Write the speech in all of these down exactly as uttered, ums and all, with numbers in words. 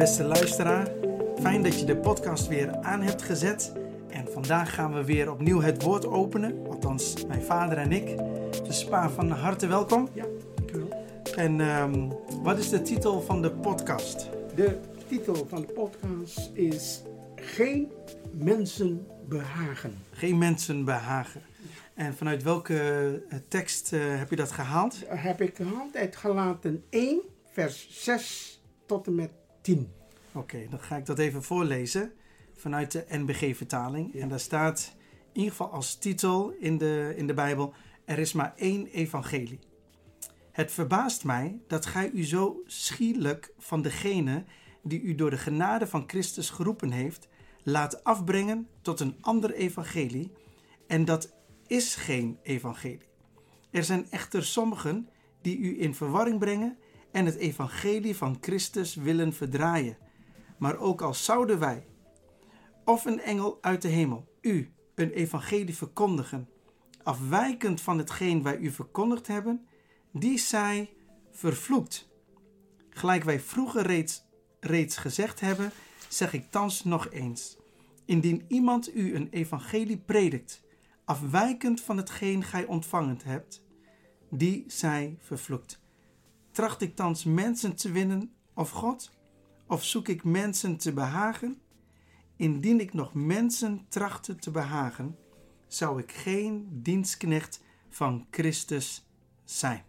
Beste luisteraar, fijn dat je de podcast weer aan hebt gezet. En vandaag gaan we weer opnieuw het woord openen, althans mijn vader en ik. Dus Pa, van harte welkom. Ja, dankjewel. En um, wat is de titel van de podcast? De titel van de podcast is Geen mensen behagen. Geen mensen behagen. En vanuit welke uh, tekst uh, heb je dat gehaald? Dat heb ik gehaald uit Galaten één, vers zes tot en met tien. Oké, okay, dan ga ik dat even voorlezen vanuit de N B G-vertaling. Ja. En daar staat in ieder geval als titel in de, in de Bijbel: er is maar één evangelie. Het verbaast mij dat gij u zo schielijk van degene die u door de genade van Christus geroepen heeft, laat afbrengen tot een ander evangelie. En dat is geen evangelie. Er zijn echter sommigen die u in verwarring brengen en het evangelie van Christus willen verdraaien. Maar ook al zouden wij of een engel uit de hemel u een evangelie verkondigen, afwijkend van hetgeen wij u verkondigd hebben, die zij vervloekt. Gelijk wij vroeger reeds, reeds gezegd hebben, zeg ik thans nog eens. Indien iemand u een evangelie predikt, afwijkend van hetgeen gij ontvangen hebt, die zij vervloekt. Tracht ik thans mensen te winnen of God? Of zoek ik mensen te behagen? Indien ik nog mensen trachtte te behagen, zou ik geen dienstknecht van Christus zijn.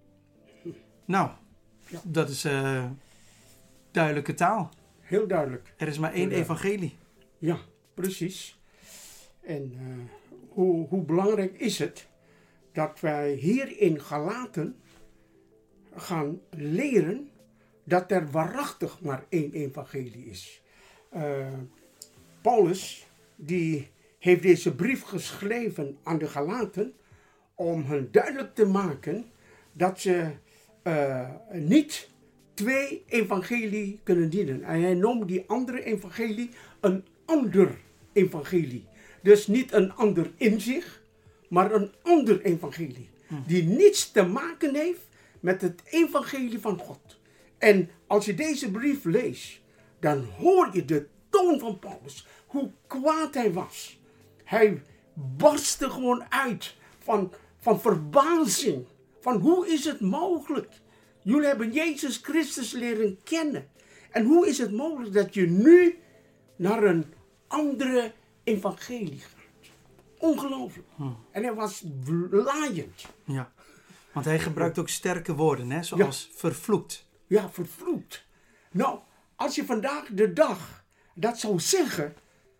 Nou, Ja. dat is uh, duidelijke taal. Heel duidelijk. Er is maar één evangelie. Ja, precies. En uh, hoe, hoe belangrijk is het dat wij hier in Galaten gaan leren dat er waarachtig maar één evangelie is. Uh, Paulus die heeft deze brief geschreven aan de Galaten om hen duidelijk te maken dat ze uh, niet twee evangelie kunnen dienen. En hij noemt die andere evangelie een ander evangelie. Dus niet een ander inzicht, maar een ander evangelie. Hm. Die niets te maken heeft met het evangelie van God. En als je deze brief leest, dan hoor je de toon van Paulus. Hoe kwaad hij was. Hij barstte gewoon uit van, van verbazing. Van hoe is het mogelijk? Jullie hebben Jezus Christus leren kennen. En hoe is het mogelijk dat je nu naar een andere evangelie gaat? Ongelooflijk. Hm. En hij was laaiend. Ja, want hij gebruikt ook sterke woorden, hè? Zoals ja. vervloekt. Ja, vervloekt. Nou, als je vandaag de dag dat zou zeggen,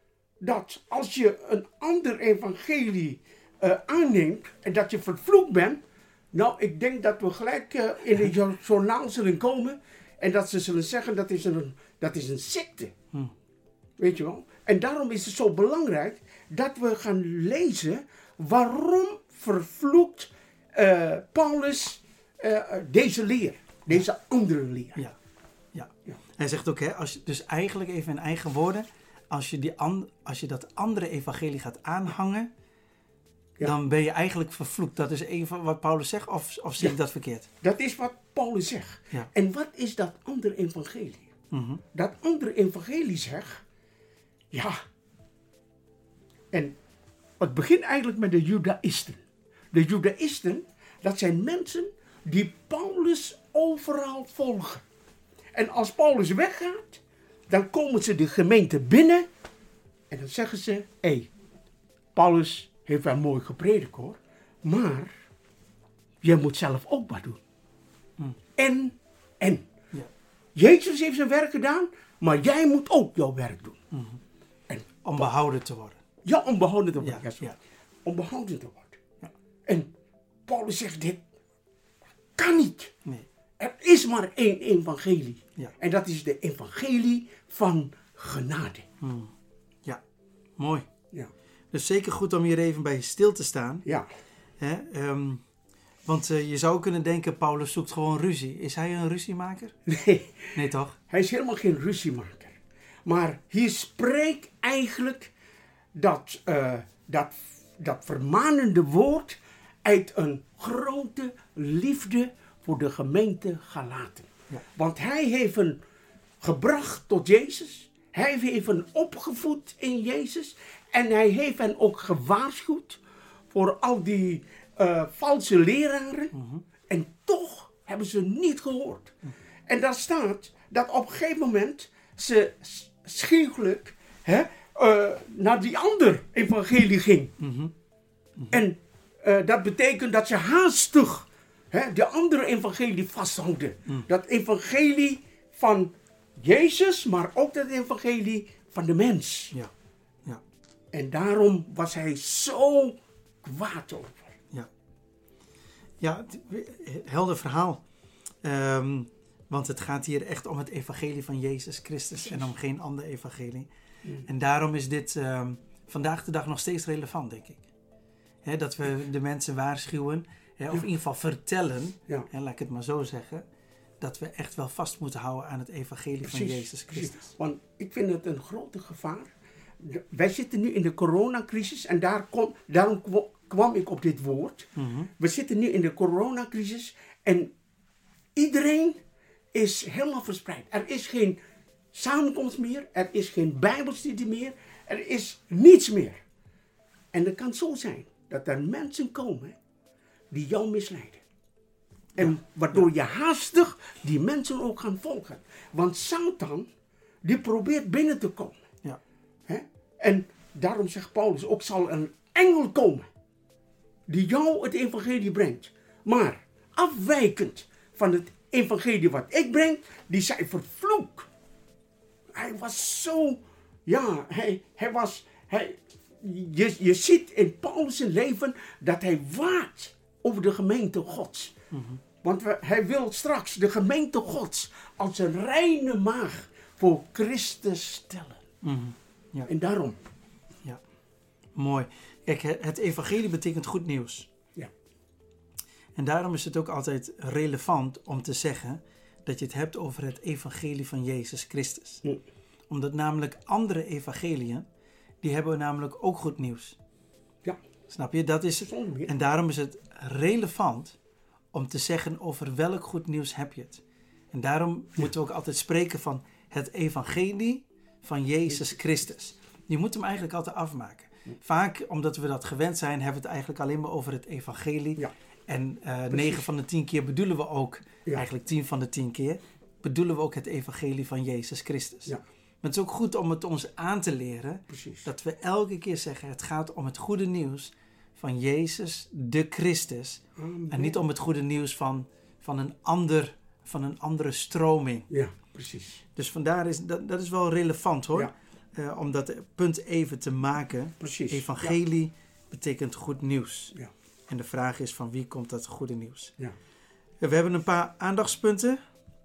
dat als je een ander evangelie uh, aanneemt en dat je vervloekt bent, nou, ik denk dat we gelijk uh, in het journaal zullen komen en dat ze zullen zeggen dat is een, dat is een secte. Hm. Weet je wel? En daarom is het zo belangrijk dat we gaan lezen waarom vervloekt uh, Paulus uh, deze leer. Deze andere leer. Ja. Ja. Ja. Hij zegt ook, hè, als je, dus eigenlijk even in eigen woorden, als je, die an, als je dat andere evangelie gaat aanhangen, ja. dan ben je eigenlijk vervloekt. Dat is even wat Paulus zegt, of, of zie ja. ik dat verkeerd? Dat is wat Paulus zegt. Ja. En wat is dat andere evangelie? Mm-hmm. Dat andere evangelie zegt, ja, en het begint eigenlijk met de Judaïsten. De Judaïsten, dat zijn mensen die Paulus overal volgen. En als Paulus weggaat, dan komen ze de gemeente binnen en dan zeggen ze, hé, hey, Paulus heeft wel mooi gepredikt hoor, maar jij moet zelf ook wat doen. Hmm. En, en. Ja. Jezus heeft zijn werk gedaan, maar jij moet ook jouw werk doen. Hmm. En om behouden te worden. Ja, om behouden te worden. Ja, ja. Ja. Om behouden te worden. Ja. En Paulus zegt dit. Kan niet. Nee. Er is maar één evangelie. Ja. En dat is de evangelie van genade. Hmm. Ja, mooi. Ja. Dus zeker goed om hier even bij stil te staan. Ja. Hè, um, want uh, je zou kunnen denken, Paulus zoekt gewoon ruzie. Is hij een ruziemaker? Nee. Nee toch? Hij is helemaal geen ruziemaker. Maar hier spreekt eigenlijk dat, uh, dat, dat vermanende woord uit een grote liefde voor de gemeente Galaten. Ja. Want hij heeft een gebracht tot Jezus. Hij heeft hen opgevoed in Jezus. En hij heeft hen ook gewaarschuwd voor al die uh, valse leraren. Mm-hmm. En toch hebben ze niet gehoord. Mm-hmm. En daar staat dat op een gegeven moment ze schielijk hè, uh, naar die andere evangelie ging. Mm-hmm. Mm-hmm. En uh, dat betekent dat ze haastig hè, de andere evangelie vasthouden. Mm. Dat evangelie van Jezus, maar ook dat evangelie van de mens. Ja. Ja. En daarom was hij zo kwaad over. Ja, ja, helder verhaal. Um, want het gaat hier echt om het evangelie van Jezus Christus en om geen ander evangelie. Mm. En daarom is dit um, vandaag de dag nog steeds relevant, denk ik. He, dat we de mensen waarschuwen, he, of ja. in ieder geval vertellen, ja. he, laat ik het maar zo zeggen, dat we echt wel vast moeten houden aan het evangelie precies, van Jezus Christus. Precies. Want ik vind het een grote gevaar. Wij zitten nu in de coronacrisis en daar kom, daarom kwam ik op dit woord. Mm-hmm. We zitten nu in de coronacrisis en iedereen is helemaal verspreid. Er is geen samenkomst meer, er is geen bijbelstudie meer, er is niets meer. En het kan zo zijn dat er mensen komen die jou misleiden. En ja, waardoor ja. je haastig die mensen ook gaan volgen. Want Satan, die probeert binnen te komen. Ja. He? En daarom zegt Paulus, ook zal een engel komen. Die jou het evangelie brengt. Maar afwijkend van het evangelie wat ik breng, die zij vervloek. Hij was zo, ja, hij, hij was, hij, je, je ziet in Paulus' leven dat hij waakt over de gemeente Gods. Mm-hmm. Want we, hij wil straks de gemeente Gods als een reine maag voor Christus stellen. Mm-hmm. Ja. En daarom. Ja, mooi. Kijk, het evangelie betekent goed nieuws. Ja. En daarom is het ook altijd relevant om te zeggen dat je het hebt over het evangelie van Jezus Christus. Mm. Omdat namelijk andere evangeliën, die hebben namelijk ook goed nieuws. Ja. Snap je? Dat is, en daarom is het relevant om te zeggen over welk goed nieuws heb je het. En daarom ja. moeten we ook altijd spreken van het evangelie van Jezus Christus. Je moet hem eigenlijk altijd afmaken. Vaak, omdat we dat gewend zijn, hebben we het eigenlijk alleen maar over het evangelie. Ja. En uh, negen van de tien keer bedoelen we ook, ja. eigenlijk tien van de tien keer, bedoelen we ook het evangelie van Jezus Christus. Ja. Maar het is ook goed om het ons aan te leren, Precies. dat we elke keer zeggen, het gaat om het goede nieuws van Jezus de Christus. Amen. En niet om het goede nieuws van, van, een ander, van een andere stroming. Ja, precies. Dus vandaar is, dat, dat is wel relevant hoor. Ja. Uh, om dat punt even te maken. Precies. Evangelie ja. betekent goed nieuws. Ja. En de vraag is van wie komt dat goede nieuws? Ja. Uh, we hebben een paar aandachtspunten.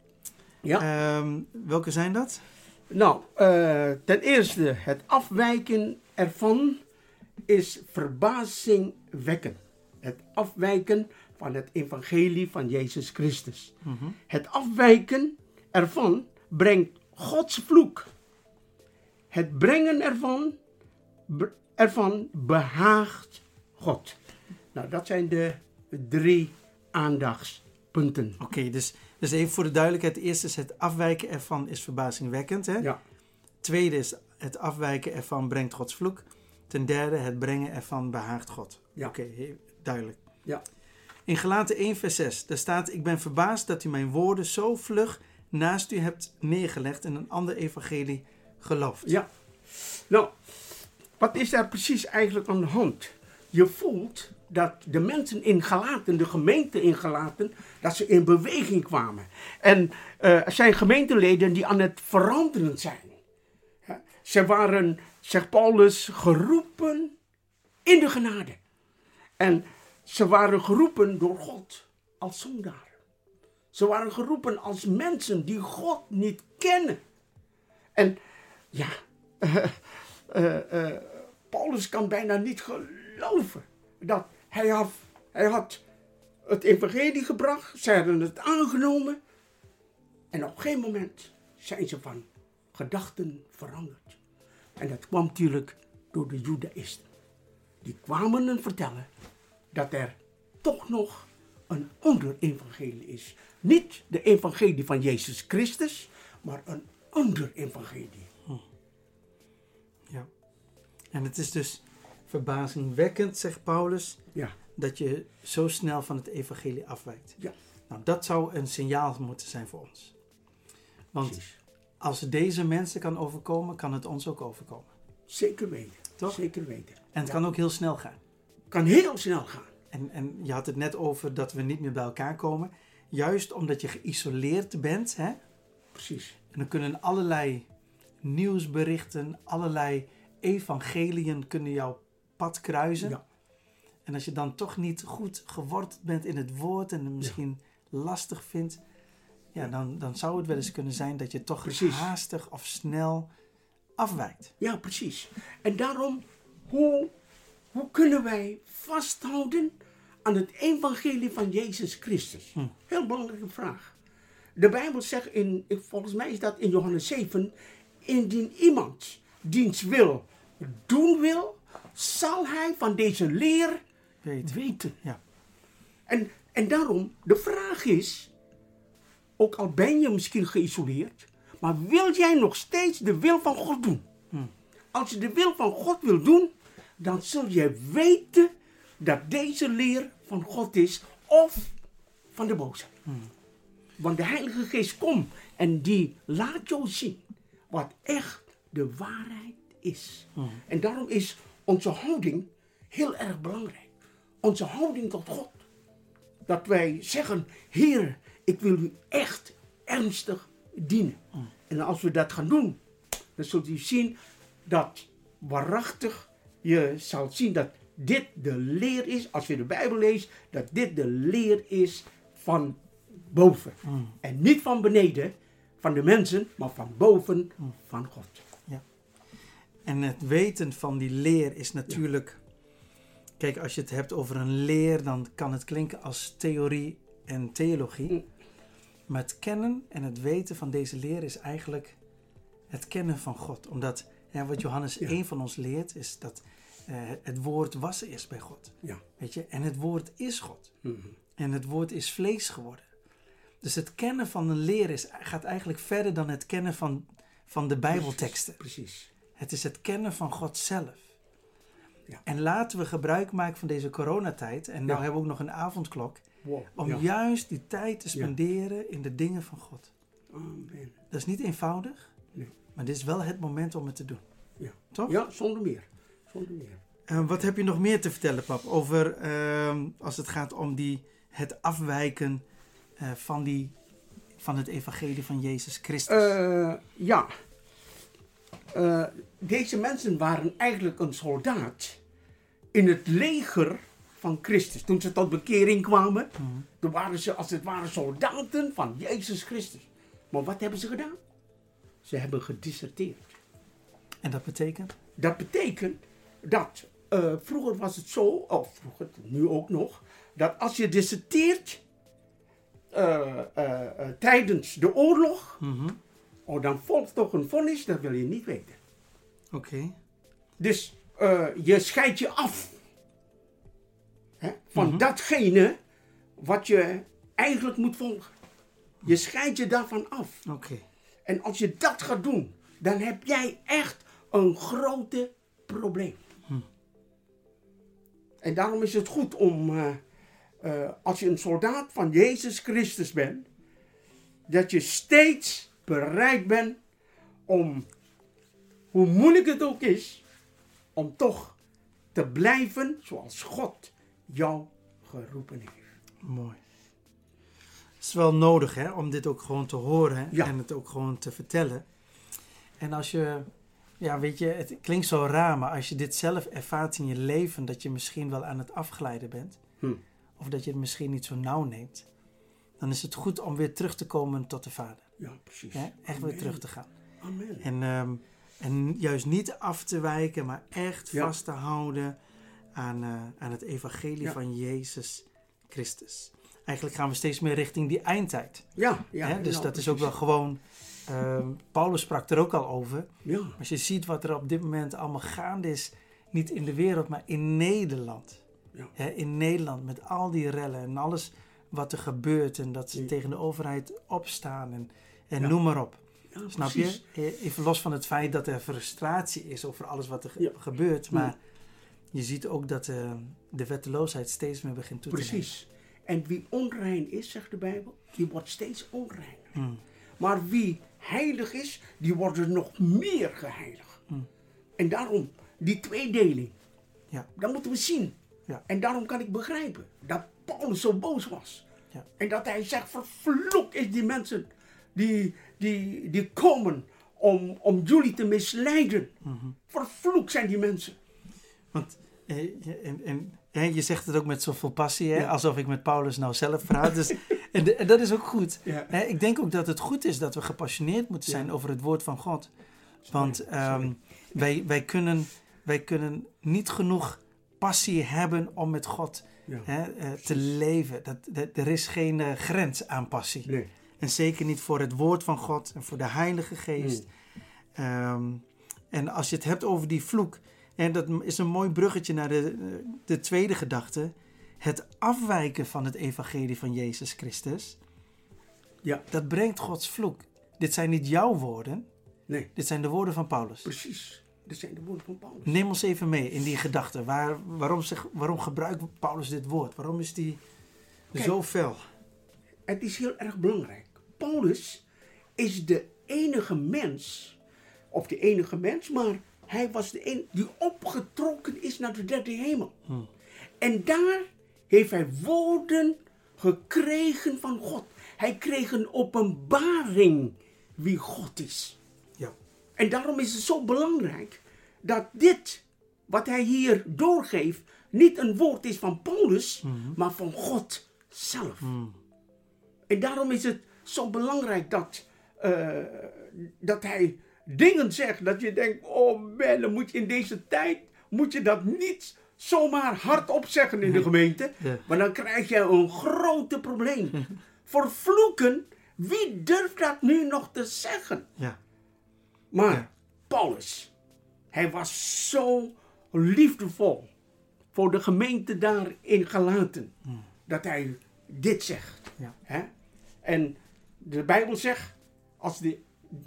Ja. Um, welke zijn dat? Nou, uh, ten eerste, het afwijken ervan is verbazingwekkend. Het afwijken van het evangelie van Jezus Christus. Mm-hmm. Het afwijken ervan brengt Gods vloek. Het brengen ervan, be, ervan behaagt God. Nou, dat zijn de drie aandachtspunten. Oké, okay, dus, dus even voor de duidelijkheid. Het eerste is het afwijken ervan is verbazingwekkend. Hè? Ja. Tweede is het afwijken ervan brengt Gods vloek. Ten derde, het brengen ervan behaagt God. Ja. Oké, okay, duidelijk. Ja. In Galaten één vers zes, daar staat: ik ben verbaasd dat u mijn woorden zo vlug naast u hebt neergelegd en een ander evangelie gelooft. Ja. Nou, wat is daar precies eigenlijk aan de hand? Je voelt dat de mensen in Galaten, de gemeente in Galaten, dat ze in beweging kwamen. En uh, er zijn gemeenteleden die aan het veranderen zijn. Ja, ze waren, zegt Paulus, geroepen in de genade. En ze waren geroepen door God als zondaar. Ze waren geroepen als mensen die God niet kennen. En ja, uh, uh, uh, Paulus kan bijna niet geloven dat hij had, hij had het evangelie gebracht. Ze hadden het aangenomen. En op geen moment zijn ze van gedachten veranderd. En dat kwam natuurlijk door de Judaïsten. Die kwamen en vertellen dat er toch nog een ander evangelie is. Niet de evangelie van Jezus Christus, maar een ander evangelie. Ja. En het is dus verbazingwekkend, zegt Paulus, Ja, dat je zo snel van het evangelie afwijkt. Ja. Nou, dat zou een signaal moeten zijn voor ons. Want precies. als het deze mensen kan overkomen, kan het ons ook overkomen. Zeker weten. Toch? Zeker weten. En het Ja. kan ook heel snel gaan. Kan heel snel gaan. En, en je had het net over dat we niet meer bij elkaar komen. Juist omdat je geïsoleerd bent. Hè? Precies. En dan kunnen allerlei nieuwsberichten, allerlei evangeliën kunnen jouw pad kruisen. Ja. En als je dan toch niet goed geworteld bent in het woord en het misschien lastig vindt, ja, dan, dan zou het wel eens kunnen zijn dat je toch Precies. haastig of snel afwijkt. Ja, precies. En daarom, hoe, hoe kunnen wij vasthouden aan het evangelie van Jezus Christus? Hm. Heel belangrijke vraag. De Bijbel zegt, in, volgens mij is dat in Johannes zeven, indien iemand diens wil doen wil, zal hij van deze leer Weet. weten. Ja. En, en daarom, de vraag is, ook al ben je misschien geïsoleerd, maar wil jij nog steeds de wil van God doen? Hmm. Als je de wil van God wil doen, dan zul je weten dat deze leer van God is of van de boze. Hmm. Want de Heilige Geest komt en die laat jou zien wat echt de waarheid is. Hmm. En daarom is onze houding heel erg belangrijk. Onze houding tot God. Dat wij zeggen, Heer, ik wil u echt ernstig dienen. Hmm. En als we dat gaan doen, dan zult u zien dat waarachtig je zal zien dat dit de leer is, als je de Bijbel leest, dat dit de leer is van boven. Hmm. En niet van beneden, van de mensen, maar van boven, Hmm. van God. En het weten van die leer is natuurlijk... Kijk, als je het hebt over een leer, dan kan het klinken als theorie en theologie. Mm. Maar het kennen en het weten van deze leer is eigenlijk het kennen van God. Omdat ja, wat Johannes Ja. één van ons leert, is dat uh, het woord was eerst bij God. Ja. Weet je? En het woord is God. Mhm. En het woord is vlees geworden. Dus het kennen van een leer is, gaat eigenlijk verder dan het kennen van, van de Bijbelteksten. Precies. Het is het kennen van God zelf. Ja. En laten we gebruik maken van deze coronatijd. En nu Ja. hebben we ook nog een avondklok. Wow. Om Ja. juist die tijd te spenderen in de dingen van God. Amen. Dat is niet eenvoudig. Nee. Maar dit is wel het moment om het te doen. Ja. Toch? Ja, zonder meer. Zonder meer. Uh, wat heb je nog meer te vertellen, pap? Over uh, als het gaat om die, het afwijken uh, van, die, van het evangelie van Jezus Christus. Uh, ja. Uh, deze mensen waren eigenlijk een soldaat in het leger van Christus. Toen ze tot bekering kwamen, Mm. toen waren ze als het ware soldaten van Jezus Christus. Maar wat hebben ze gedaan? Ze hebben gedisserteerd. En dat betekent? Dat betekent dat, uh, vroeger was het zo, of vroeger, nu ook nog, dat als je disserteert uh, uh, uh, tijdens de oorlog, Mm-hmm. oh, dan volgt toch een vonnis, dat wil je niet weten. Oké. Okay. Dus uh, je scheidt je af hè, van Mm-hmm. datgene wat je eigenlijk moet volgen. Je scheidt je daarvan af. Oké. Okay. En als je dat gaat doen, dan heb jij echt een grote probleem. Hm. En daarom is het goed om, uh, uh, als je een soldaat van Jezus Christus bent, dat je steeds bereid bent om, hoe moeilijk het ook is, om toch te blijven zoals God jou geroepen heeft. Mooi. Het is wel nodig hè, om dit ook gewoon te horen Ja. en het ook gewoon te vertellen. En als je, ja weet je, het klinkt zo raar, maar als je dit zelf ervaart in je leven, dat je misschien wel aan het afglijden bent, Hm. of dat je het misschien niet zo nauw neemt, dan is het goed om weer terug te komen tot de Vader. Ja, precies. Hè? Echt Amen. weer terug te gaan. Amen. En, um, en juist niet af te wijken, maar echt Ja. vast te houden aan, uh, aan het evangelie Ja. van Jezus Christus. Eigenlijk gaan we steeds meer richting die eindtijd. Ja, ja. Hè? Dus ja, dat is ook wel precies. gewoon... Uh, Paulus sprak er ook al over. Ja, Als je ziet wat er op dit moment allemaal gaande is, niet in de wereld, maar in Nederland. ja. Hè? In Nederland met al die rellen en alles wat er gebeurt en dat ze Ja. tegen de overheid opstaan en, en Ja. noem maar op. Ja, Snap precies. je? Even los van het feit dat er frustratie is over alles wat er ge- Ja. gebeurt. Maar je ziet ook dat uh, de wetteloosheid steeds meer begint toe te nemen. Precies. En wie onrein is, zegt de Bijbel, die wordt steeds onreiner. Mm. Maar wie heilig is, die wordt nog meer geheiligd. Mm. En daarom, die tweedeling, Ja. dat moeten we zien. Ja. En daarom kan ik begrijpen dat Paulus zo boos was. Ja. En dat hij zegt, vervloekt is die mensen die, die, die komen om, om jullie te misleiden. Mm-hmm. Vervloekt zijn die mensen. Want eh, je- en, en, en je zegt het ook met zoveel passie, hè? Ja. Alsof ik met Paulus nou zelf praat. Dus, en, de- en dat is ook goed. Ja. Hè? Ik denk ook dat het goed is dat we gepassioneerd moeten zijn Ja. over het woord van God. Want Sorry, ehm, sorry. wij, wij, kunnen, wij kunnen niet genoeg passie hebben om met God Ja. hè, eh, te leven. Dat, dat, er is geen eh, grens aan passie. Nee. En zeker niet voor het woord van God en voor de Heilige Geest. Mm. Ehm, en als je het hebt over die vloek, en dat is een mooi bruggetje naar de, de tweede gedachte. Het afwijken van het evangelie van Jezus Christus, Ja, dat brengt Gods vloek. Dit zijn niet jouw woorden, nee, dit zijn de woorden van Paulus. precies. Dat zijn de woorden van Paulus. Neem ons even mee in die gedachte. Waar, waarom, zeg, waarom gebruikt Paulus dit woord? Waarom is die Kijk. zo fel? Het is heel erg belangrijk. Paulus is de enige mens, of de enige mens, maar hij was de enige die opgetrokken is naar de derde hemel. Hmm. En daar heeft hij woorden gekregen van God. Hij kreeg een openbaring wie God is. Ja. En daarom is het zo belangrijk dat dit, wat hij hier doorgeeft, niet een woord is van Paulus, Mhm. maar van God zelf. Hmm. En daarom is het zo belangrijk dat, eh, dat hij dingen zegt dat je denkt, oh man, dan moet je in deze tijd, moet je dat niet zomaar hardop zeggen in de gemeente. Ja. Maar dan krijg je een grote probleem. Vervloeken, wie durft dat nu nog te zeggen? Ja. Maar Ja. Paulus, hij was zo liefdevol voor de gemeente daar in Galaten, Hmm. dat hij dit zegt. Ja. Hè? En de Bijbel zegt, als de,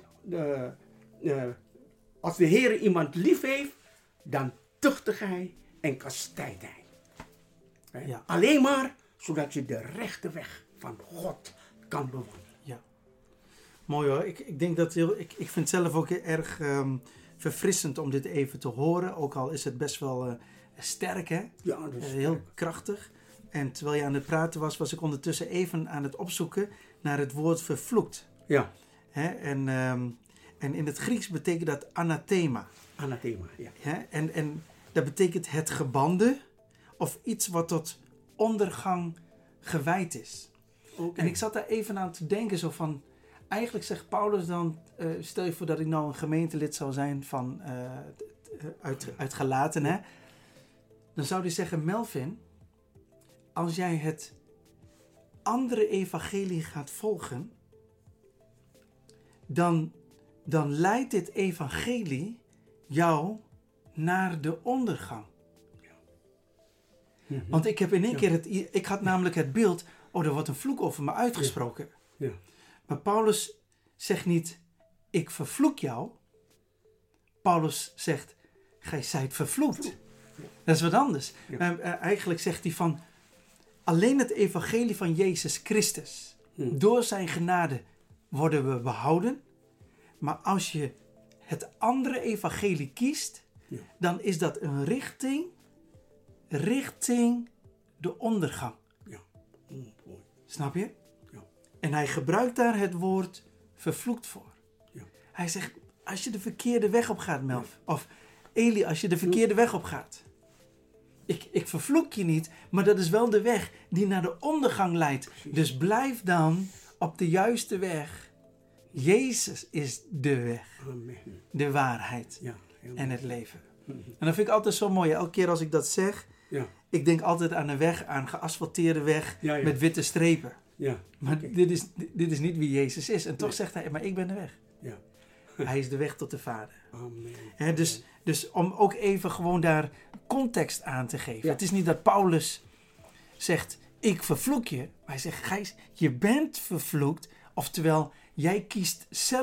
de, de, als de Heer iemand lief heeft, dan tuchtigt hij en kastijdt hij. Hè? Ja. Alleen maar zodat je de rechte weg van God kan bewandelen. Ja. Mooi hoor. Ik, ik denk dat heel, ik, ik vind het zelf ook heel erg ehm, verfrissend om dit even te horen. Ook al is het best wel eh, sterk, hè? Ja, dat is Eh, heel krachtig. En terwijl je aan het praten was, was ik ondertussen even aan het opzoeken naar het woord vervloekt. Ja, Hè? En, ehm, en in het Grieks betekent dat anathema. anathema. Ja. Hè? En, en dat betekent het gebande of iets wat tot ondergang gewijd is. Okay. En ik zat daar even aan te denken, zo van, eigenlijk zegt Paulus dan, uh, stel je voor dat ik nou een gemeentelid zou zijn van, uh, uit, uit Galaten, hè? Dan zou hij zeggen, Melvin, als jij het andere evangelie gaat volgen, dan, dan leidt dit evangelie jou naar de ondergang. Mm-hmm. Want ik heb in één Ja. keer, het, ik had namelijk het beeld, oh, er wordt een vloek over me uitgesproken. Ja. Maar Paulus zegt niet, ik vervloek jou. Paulus zegt, gij zijt vervloekt. Ja. Dat is wat anders. Ja. Maar, uh, eigenlijk zegt hij van, alleen het evangelie van Jezus Christus, Hmm. door zijn genade worden we behouden. Maar als je het andere evangelie kiest, Ja. dan is dat een richting, richting de ondergang. Ja. Mm, mooi. Snap je? Ja. En hij gebruikt daar het woord vervloekt voor. Ja. Hij zegt, als je de verkeerde weg op gaat, Melf. Of Eli, als je de verkeerde weg op gaat. Ik, ik vervloek je niet, maar dat is wel de weg die naar de ondergang leidt. Precies. Dus blijf dan op de juiste weg. Jezus is de weg, Amen. de waarheid Ja. Heel en het leven. Mhm. En dat vind ik altijd zo mooi. Elke keer als ik dat zeg, Ja. ik denk altijd aan een weg, aan een geasfalteerde weg Ja, ja. met witte strepen. Ja. Maar Oké. dit, is, dit is niet wie Jezus is. En toch Nee. zegt hij, maar ik ben de weg. Ja. Hij is de weg tot de Vader. Amen. Hè, dus, dus om ook even gewoon daar context aan te geven. Ja. Het is niet dat Paulus zegt, ik vervloek je. Maar hij zegt, Gijs, je bent vervloekt. Oftewel, jij kiest zelf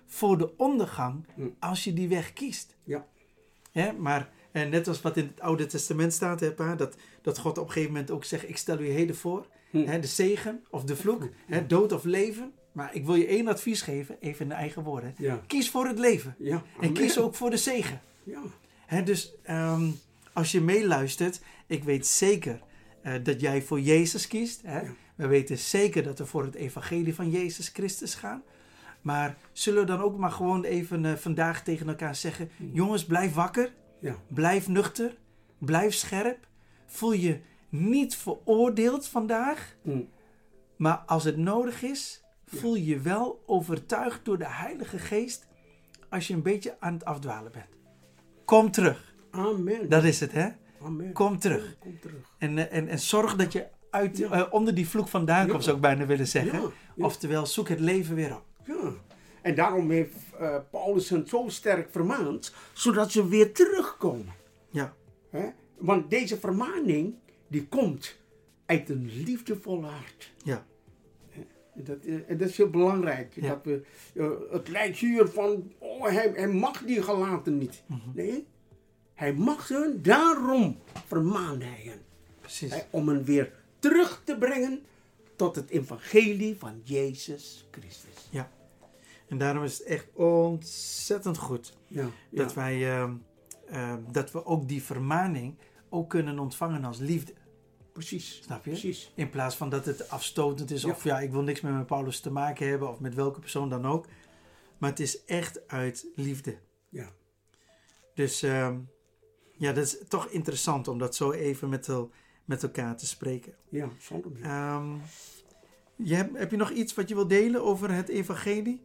voor de ondergang Mm. als je die weg kiest. Ja. Hè, maar en net als wat in het Oude Testament staat, hè, pa, dat, dat God op een gegeven moment ook zegt, ik stel u heden voor, Hm. hè, de zegen of de vloek, hè, dood of leven. Maar ik wil je één advies geven, even in de eigen woorden. Ja. Kies voor het leven. Ja. En Amen. kies ook voor de zegen. Ja. Hè, dus um, als je meeluistert, ik weet zeker uh, dat jij voor Jezus kiest. Hè? Ja. We weten zeker dat we voor het evangelie van Jezus Christus gaan. Maar zullen we dan ook maar gewoon even uh, vandaag tegen elkaar zeggen, Hm. jongens, blijf wakker, Ja. blijf nuchter, blijf scherp. Voel je niet veroordeeld vandaag, Hm. maar als het nodig is, voel je je wel overtuigd door de Heilige Geest als je een beetje aan het afdwalen bent. Kom terug. Amen. Dat is het, hè? Amen. Kom terug. Kom terug. En, uh, en, en zorg dat je uit, Ja. uh, onder die vloek vandaan Ja. komt, zou ik bijna willen zeggen. Ja. Ja. Oftewel, zoek het leven weer op. Ja. En daarom heeft uh, Paulus hen zo sterk vermaand, zodat ze weer terugkomen. Ja. Hè? Want deze vermaning, die komt uit een liefdevolle hart. Ja. En dat, uh, en dat is heel belangrijk. Ja. Dat we, uh, het lijkt hier van, oh, hij, hij mag die gelaten niet. Mm-hmm. Nee, hij mag hen, daarom vermaande hij hen. Precies. Hè, om hen weer terug te brengen tot het evangelie van Jezus Christus. Ja. En daarom is het echt ontzettend goed Ja, dat ja. wij, uh, uh, dat we ook die vermaning ook kunnen ontvangen als liefde. Precies. Snap je? Precies. In plaats van dat het afstotend is Ja. of ja, ik wil niks meer met Paulus te maken hebben of met welke persoon dan ook. Maar het is echt uit liefde. Ja. Dus uh, ja, dat is toch interessant om dat zo even met, el- met elkaar te spreken. Ja, zonder meer. Um, je hebt, heb je nog iets wat je wil delen over het evangelie?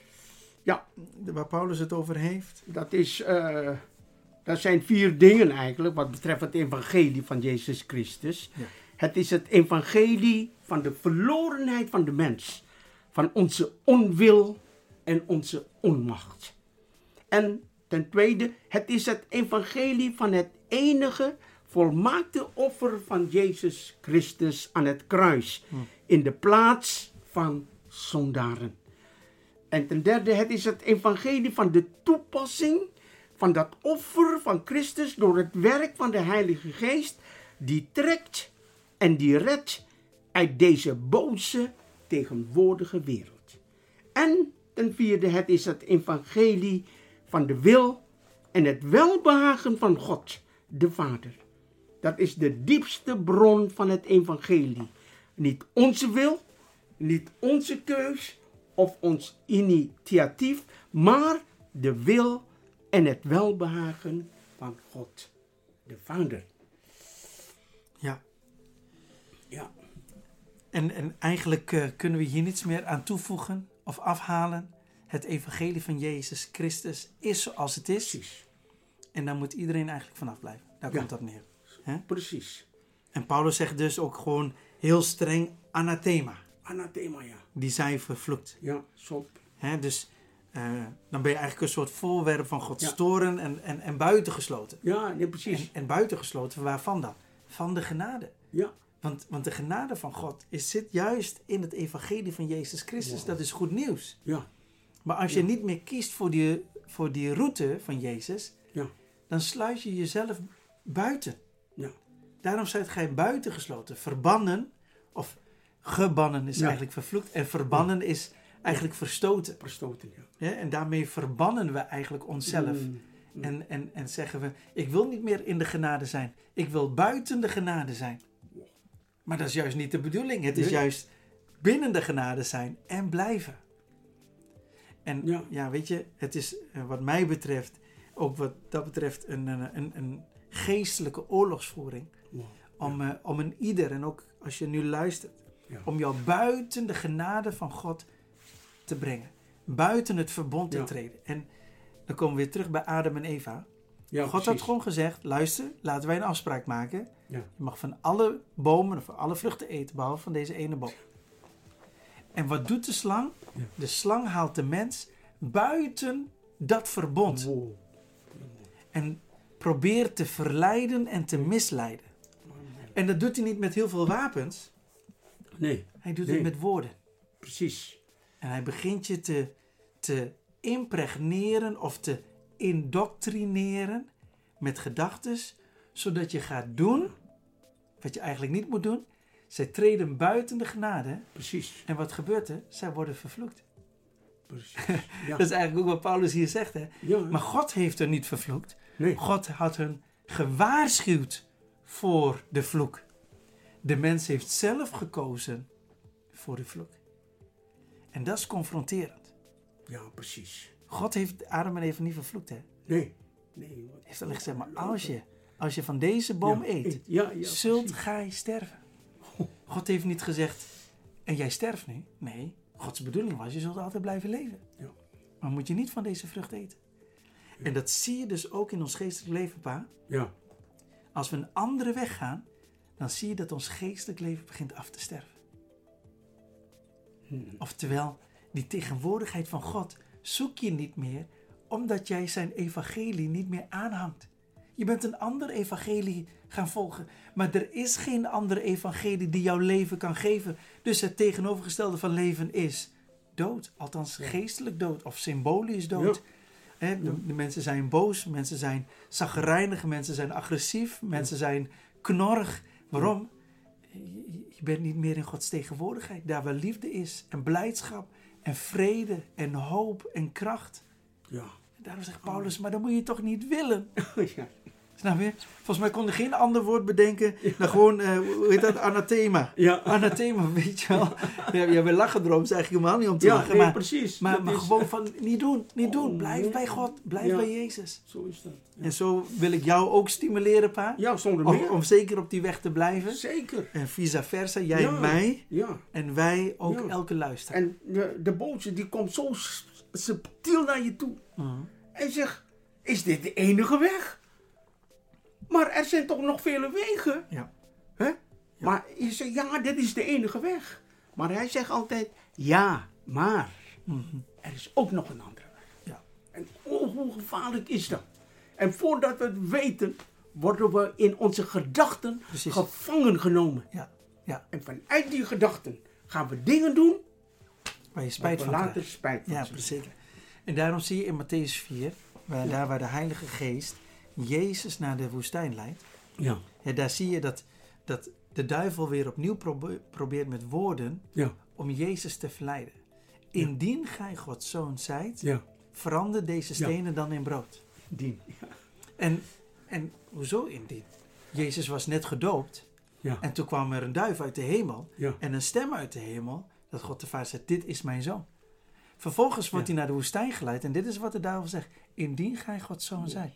Ja. Waar Paulus het over heeft? Dat is, uh, dat zijn vier dingen eigenlijk wat betreft het evangelie van Jezus Christus. Ja. Het is het evangelie van de verlorenheid van de mens. Van onze onwil en onze onmacht. En ten tweede, het is het evangelie van het enige volmaakte offer van Jezus Christus aan het kruis. Hm. In de plaats van zondaren. En ten derde, het is het evangelie van de toepassing van dat offer van Christus door het werk van de Heilige Geest, die trekt en die redt uit deze boze, tegenwoordige wereld. En ten vierde, het is het evangelie van de wil en het welbehagen van God, de Vader. Dat is de diepste bron van het evangelie. Niet onze wil, niet onze keus of ons initiatief, maar de wil en het welbehagen van God, de Vader. Ja. Ja. En, en eigenlijk uh, kunnen we hier niets meer aan toevoegen of afhalen. Het evangelie van Jezus Christus is zoals het is. Precies. En daar moet iedereen eigenlijk vanaf blijven. Daar Ja. komt dat neer. Hè? Precies. En Paulus zegt dus ook gewoon heel streng anathema. Anathema, ja. Die zijn vervloekt. Ja, zo. Hè? Dus uh, dan ben je eigenlijk een soort voorwerp van Gods Ja. toorn en, en, en buitengesloten. Ja, nee, precies. En, en buitengesloten waarvan dan? Van de genade. Ja. Want, want de genade van God is, zit juist in het evangelie van Jezus Christus. Wow. Dat is goed nieuws. Ja. Maar als je Ja. niet meer kiest voor die, voor die route van Jezus, Ja. dan sluit je jezelf buiten. Ja. Daarom zijt gij buitengesloten. Verbannen, of gebannen is Ja. eigenlijk vervloekt. En verbannen is eigenlijk verstoten. Verstoten, ja. Ja, en daarmee verbannen we eigenlijk onszelf. Mm, mm. En, en, en zeggen we, ik wil niet meer in de genade zijn. Ik wil buiten de genade zijn. Maar dat is juist niet de bedoeling. Het is Nee. juist binnen de genade zijn en blijven. En ja, Ja. weet je, het is uh, wat mij betreft, ook wat dat betreft, een, een, een, een geestelijke oorlogsvoering. Wow. Om, uh, om een ieder, en ook als je nu luistert, Ja. om jou buiten de genade van God te brengen. Buiten het verbond te Ja. treden. En dan komen we weer terug bij Adam en Eva. Ja, God had precies. gewoon gezegd, luister, laten wij een afspraak maken. Ja. Je mag van alle bomen of van alle vruchten eten, behalve van deze ene boom. En wat doet de slang? Ja. De slang haalt de mens buiten dat verbond. Wow. En probeert te verleiden en te misleiden. En dat doet hij niet met heel veel wapens. Nee, Hij doet Nee. het met woorden. precies. En hij begint je te, te impregneren of te indoctrineren met gedachtes, zodat je gaat doen wat je eigenlijk niet moet doen. Zij treden buiten de genade. Precies. En wat gebeurt er? Zij worden vervloekt. Precies. Ja. Dat is eigenlijk ook wat Paulus hier zegt. Hè? Ja, Maar God heeft hen niet vervloekt. nee. God had hen gewaarschuwd voor de vloek. De mens heeft zelf gekozen voor de vloek. En dat is confronterend. Ja, precies. God heeft Adam en Eva niet vervloekt. Hè? Nee. Nee. Hij heeft alleen gezegd, maar als je, als je van deze boom ja, eet, ja, ja, zult precies. gij sterven. God heeft niet gezegd, en jij sterft nu. Nee, Gods bedoeling was, je zult altijd blijven leven. Ja. Maar moet je niet van deze vrucht eten. Ja. En dat zie je dus ook in ons geestelijk leven, pa. Ja. Als we een andere weg gaan, dan zie je dat ons geestelijk leven begint af te sterven. Hm. Oftewel, die tegenwoordigheid van God zoek je niet meer, omdat jij zijn evangelie niet meer aanhangt. Je bent een ander evangelie gaan volgen, maar er is geen andere evangelie die jouw leven kan geven. Dus het tegenovergestelde van leven is dood, althans Ja. geestelijk dood of symbolisch dood. Ja. Hè, de, de mensen zijn boos, mensen zijn chagrijnig, mensen zijn agressief, mensen zijn knorrig. Waarom? Je, je bent niet meer in Gods tegenwoordigheid, daar waar liefde is en blijdschap en vrede en hoop en kracht. Ja. Daarom zegt Paulus, maar dat moet je toch niet willen? Ja. Snap je? Volgens mij kon er geen ander woord bedenken dan gewoon, uh, hoe heet dat, anathema. Ja. Anathema, weet je wel. Ja, ja, we lachen erom, zeg ik helemaal niet om te Ja, lachen. nee, maar precies. maar, Dat maar is- gewoon van, niet doen, niet doen. Oh, Blijf nee. bij God, blijf Ja. bij Jezus. Zo is dat. Ja, En zo wil ik jou ook stimuleren, pa. ja zonder Om, meer. om zeker op die weg te blijven. Zeker. En vice versa, jij Ja. mij Ja. en wij ook Ja. elke luisteraar. En de, de boodschap die komt zo s- subtiel naar je toe. Mhm. En zegt, is dit de enige weg? Maar er zijn toch nog vele wegen? Ja. Hè? Maar je zegt, ja, dit is de enige weg. Maar hij zegt altijd, ja, maar Mhm. er is ook nog een andere weg. Ja. En oh, hoe gevaarlijk is dat? En voordat we het weten, worden we in onze gedachten Precies. gevangen genomen. Ja. Ja. En vanuit die gedachten gaan we dingen doen Waar je spijt waar van we later krijgt. spijt van Ja, zullen zeker. En daarom zie je in Matthäus vier, waar, Ja. daar waar de Heilige Geest Jezus naar de woestijn leidt. Ja. Ja, daar zie je dat, dat de duivel weer opnieuw probe- probeert met woorden Ja. om Jezus te verleiden. Indien gij Gods zoon zijt, Ja. verander deze Ja. stenen dan in brood. Dien. Ja. En, en hoezo indien? Jezus was net gedoopt Ja. en toen kwam er een duif uit de hemel Ja. en een stem uit de hemel dat God de Vader zei, dit is mijn zoon. Vervolgens wordt Ja. hij naar de woestijn geleid en dit is wat de duivel zegt. Indien gij Gods zoon zijt.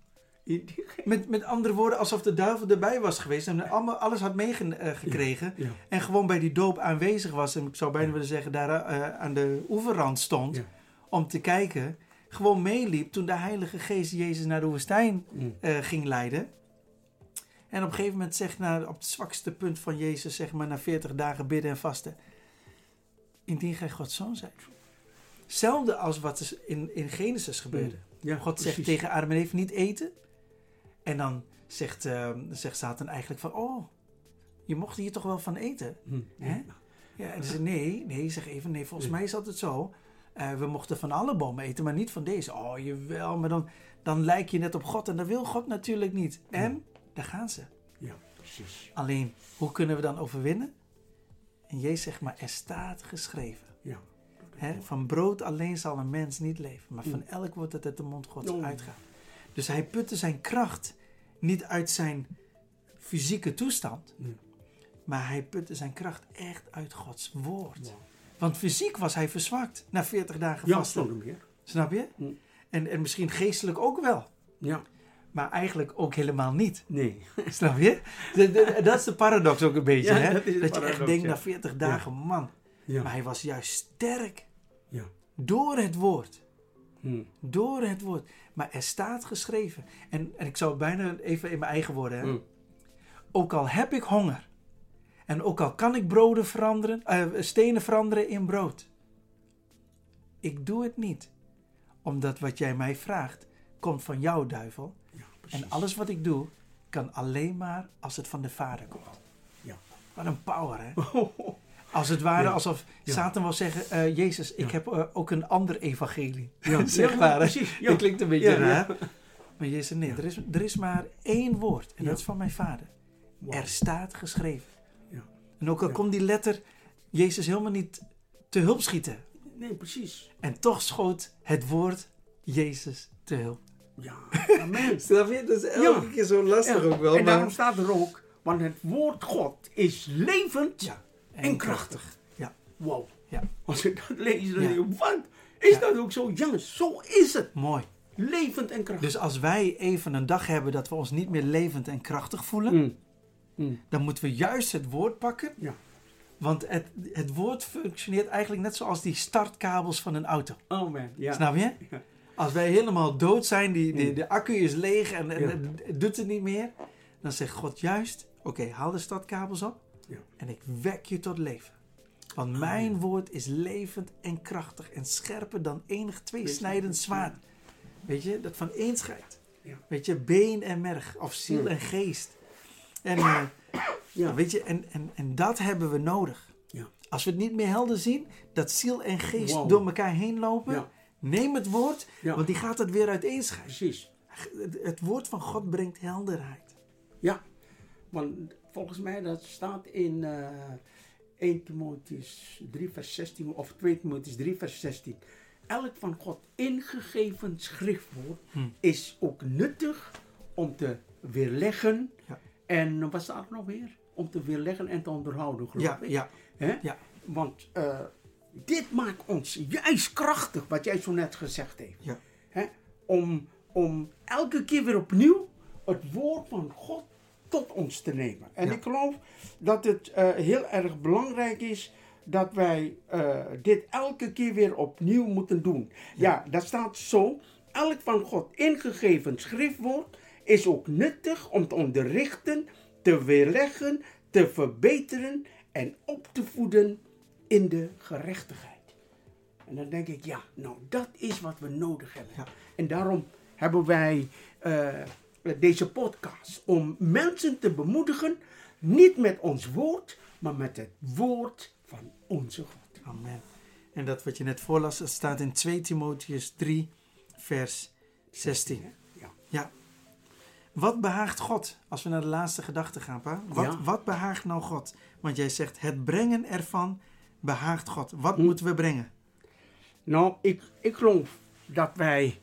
Met, met andere woorden, alsof de duivel erbij was geweest en allemaal, alles had meegekregen. Ja. En gewoon bij die doop aanwezig was. En ik zou bijna willen zeggen, daar uh, aan de oeverrand stond. Ja. Om te kijken. Gewoon meeliep toen de Heilige Geest Jezus naar de woestijn Mm. uh, ging leiden. En op een gegeven moment zegt, nou, op het zwakste punt van Jezus, zeg maar, na veertig dagen bidden en vasten. Indien gij Gods zoon zijt. Hetzelfde als wat in, in Genesis gebeurde. Ja, God precies. zegt tegen Adam en Eva niet eten. En dan zegt, uh, zegt Satan eigenlijk van, oh, je mocht hier toch wel van eten? Hm. Hè? Ja, en ze zegt, nee, nee, zeg even, nee, volgens Ja. mij is dat het zo. Uh, we mochten van alle bomen eten, maar niet van deze. Oh, jawel, maar dan, dan lijk je net op God en dat wil God natuurlijk niet. En daar gaan ze. Ja, precies. Alleen, hoe kunnen we dan overwinnen? En Jezus zegt, maar er staat geschreven. Ja. Hè? Van brood alleen zal een mens niet leven, maar van elk woord dat uit de mond Gods Oh. uitgaat. Dus hij putte zijn kracht niet uit zijn fysieke toestand, Nee. maar hij putte zijn kracht echt uit Gods woord. Wow. Want fysiek was hij verzwakt na veertig dagen Ja, vasten. zonder meer. Snap je? Hm. En, en misschien geestelijk ook wel, Ja. maar eigenlijk ook helemaal niet. Nee. Snap je? De- de- dat is de paradox ook een beetje. Ja, hè? dat is de dat je echt paradox, denkt ja. na veertig dagen, man. Ja. Maar hij was juist sterk Ja. door het woord. Hm. Door het woord. Maar er staat geschreven. En, en ik zou bijna even in mijn eigen woorden. Hè? Hm. Ook al heb ik honger. En ook al kan ik broden veranderen. Uh, stenen veranderen in brood. Ik doe het niet. Omdat wat jij mij vraagt. Komt van jou, duivel. Ja, precies. En alles wat ik doe. Kan alleen maar als het van de Vader komt. Ja. Wat een power, hè? Als het ware Ja. alsof Ja. Satan wil zeggen, uh, Jezus, ik Ja. heb uh, ook een ander evangelie. Ja. zeg Ja, maar. precies. Ja. Dat klinkt een beetje Ja, raar. ja. Maar Jezus, nee, Ja. er, is, er is maar één woord. En Ja. dat is van mijn vader. Wow. Er staat geschreven. Ja. En ook al Ja. kon die letter Jezus helemaal niet te hulp schieten. Nee, precies. En toch schoot het woord Jezus te hulp. Ja, amen. Snap je? Dat is elke Ja. keer zo lastig Ja. ook wel. En maar... daarom staat er ook, want het woord God is levend Ja. en krachtig. Ja. Wow. Ja. Als ik dat lees, dan Ja. denk ik, wat? Is Ja. dat ook zo? Ja, zo is het. Mooi. Levend en krachtig. Dus als wij even een dag hebben dat we ons niet meer levend en krachtig voelen, Mm. Mm. dan moeten we juist het woord pakken. Ja. Want het, het woord functioneert eigenlijk net zoals die startkabels van een auto. Oh man, ja. Snap je? Ja. Als wij helemaal dood zijn, die, die, Mm. de accu is leeg en, en Ja. het, het doet het niet meer, dan zegt God juist, oké, okay, haal de startkabels op Ja. en ik wek je tot leven. Want Amen. mijn woord is levend en krachtig en scherper dan enig tweesnijdend zwaard. Weet je, dat van één scheidt. Ja. Weet je, been en merg, of ziel Mm. en geest. En, uh, Ja. weet je, en, en, en dat hebben we nodig. Ja. Als we het niet meer helder zien, dat ziel en geest Wow. door elkaar heen lopen, Ja. neem het woord, Ja. want die gaat het weer uiteenscheiden. Precies. Het, het woord van God brengt helderheid. Ja, want volgens mij dat staat in uh, eerste Timotheus drie vers zestien of tweede Timotheus drie vers zestien. Elk van God ingegeven schriftwoord Hm. is ook nuttig om te weerleggen. Ja. En wat staat er nog weer? Om te weerleggen en te onderhouden, geloof Ja, ik. ja, Hè? ja. Want uh, dit maakt ons juist krachtig, wat jij zo net gezegd heeft. ja. Hè? Om, om elke keer weer opnieuw het woord van God tot ons te nemen. En Ja. ik geloof dat het uh, heel erg belangrijk is dat wij uh, dit elke keer weer opnieuw moeten doen. Ja. ja, dat staat zo. Elk van God ingegeven schriftwoord is ook nuttig om te onderrichten, te weerleggen, te verbeteren en op te voeden in de gerechtigheid. En dan denk ik, ja, nou dat is wat we nodig hebben. Ja. En daarom hebben wij uh, deze podcast. Om mensen te bemoedigen, niet met ons woord, maar met het woord van onze God. Amen. En dat wat je net voorlas, dat staat in tweede Timotheus drie, vers zestien. Ja. Ja. Wat behaagt God? Als we naar de laatste gedachte gaan, pa. Wat, Ja. wat behaagt nou God? Want jij zegt, het brengen ervan behaagt God. Wat Hm. moeten we brengen? Nou, ik, ik geloof dat wij,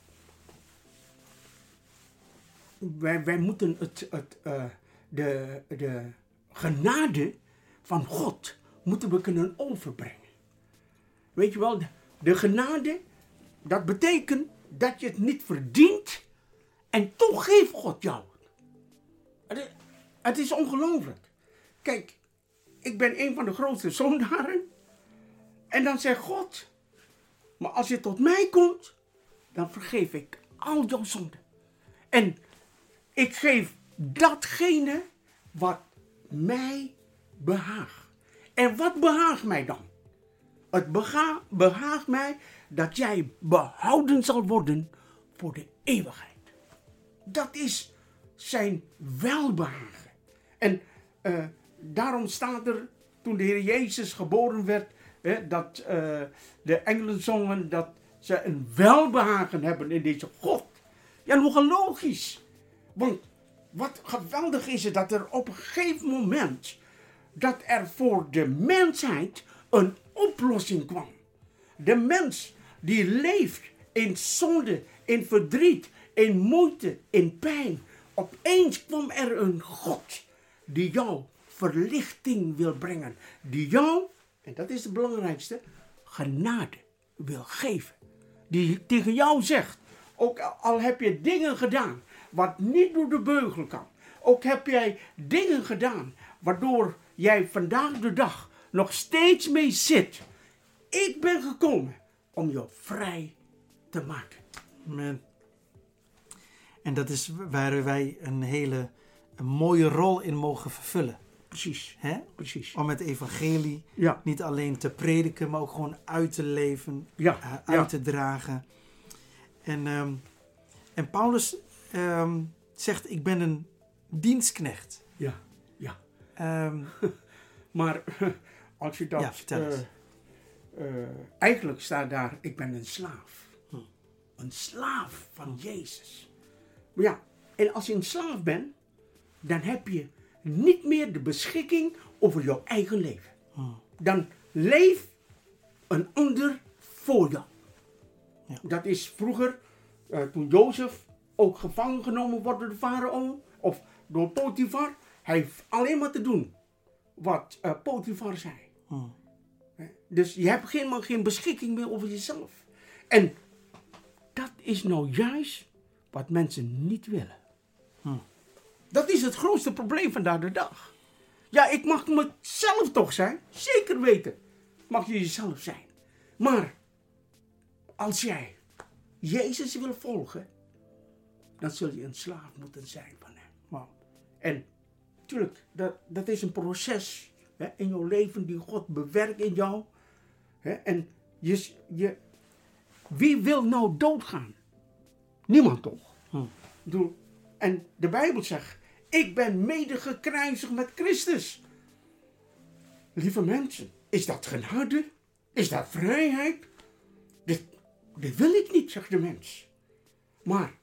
wij, wij moeten het, het, uh, de, de genade van God moeten we kunnen overbrengen. Weet je wel, de, de genade, dat betekent dat je het niet verdient en toch geeft God jou. Het, het is ongelooflijk. Kijk, ik ben een van de grootste zondaren en dan zegt God, maar als je tot mij komt, dan vergeef ik al jouw zonden. En ik geef datgene wat mij behaagt. En wat behaagt mij dan? Het bega- behaagt mij dat jij behouden zal worden voor de eeuwigheid. Dat is zijn welbehagen. En uh, daarom staat er, toen de Heer Jezus geboren werd, hè, dat uh, de engelen zongen dat ze een welbehagen hebben in deze God. Ja, nogal logisch. Want wat geweldig is het dat er op een gegeven moment, dat er voor de mensheid een oplossing kwam. De mens die leeft in zonde, in verdriet, in moeite, in pijn. Opeens kwam er een God die jou verlichting wil brengen. Die jou, en dat is het belangrijkste, genade wil geven. Die tegen jou zegt, ook al heb je dingen gedaan wat niet door de beugel kan. Ook heb jij dingen gedaan waardoor jij vandaag de dag nog steeds mee zit. Ik ben gekomen om jou vrij te maken. Amen. En dat is waar wij een hele een mooie rol in mogen vervullen. Precies, Hè? precies. Om het evangelie Ja. niet alleen te prediken, maar ook gewoon uit te leven, Ja, uh, uit ja. te dragen. En, um, en Paulus um, zegt, ik ben een dienstknecht. Ja, ja. Um, Maar als je dat... Ja, vertel eens. Uh, uh, eigenlijk staat daar, ik ben een slaaf. Hm. Een slaaf van Jezus. Maar ja, en als je een slaaf bent, dan heb je niet meer de beschikking over jouw eigen leven. Hm. Dan leeft een ander voor jou. Ja. Dat is vroeger, uh, toen Jozef ook gevangen genomen wordt door de farao, of door Potifar, hij heeft alleen maar te doen wat uh, Potifar zei. Hm. Dus je hebt helemaal geen beschikking meer over jezelf. En dat is nou juist wat mensen niet willen. Hm. Dat is het grootste probleem vandaag de dag. Ja, ik mag mezelf toch zijn. Zeker weten mag je jezelf zijn. Maar als jij Jezus wil volgen, dan zul je een slaaf moeten zijn van hem. Wow. En natuurlijk, dat, dat is een proces hè, in jouw leven die God bewerkt in jou. Hè, en je, je, wie wil nou doodgaan? Niemand toch? Hm. Doe, en de Bijbel zegt, ik ben mede gekruisigd met Christus. Lieve mensen, is dat genade? Is dat vrijheid? Dit, dit wil ik niet, zegt de mens. Maar,